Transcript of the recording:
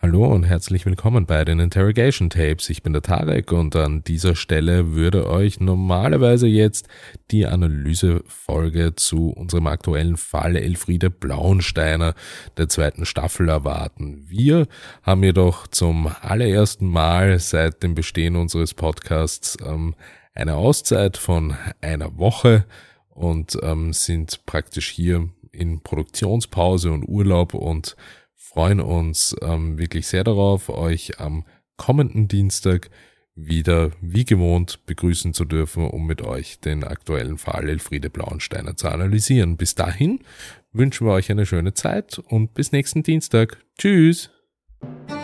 Hallo und herzlich willkommen bei den Interrogation Tapes. Ich bin der Tarek und an dieser Stelle würde euch normalerweise jetzt die Analysefolge zu unserem aktuellen Fall Elfriede Blauensteiner der 2. Staffel erwarten. Wir haben jedoch zum allerersten Mal seit dem Bestehen unseres Podcasts eine Auszeit von einer Woche und sind praktisch hier in Produktionspause und Urlaub und freuen uns wirklich sehr darauf, euch am kommenden Dienstag wieder wie gewohnt begrüßen zu dürfen, um mit euch den aktuellen Fall Elfriede Blauensteiner zu analysieren. Bis dahin wünschen wir euch eine schöne Zeit und bis nächsten Dienstag. Tschüss!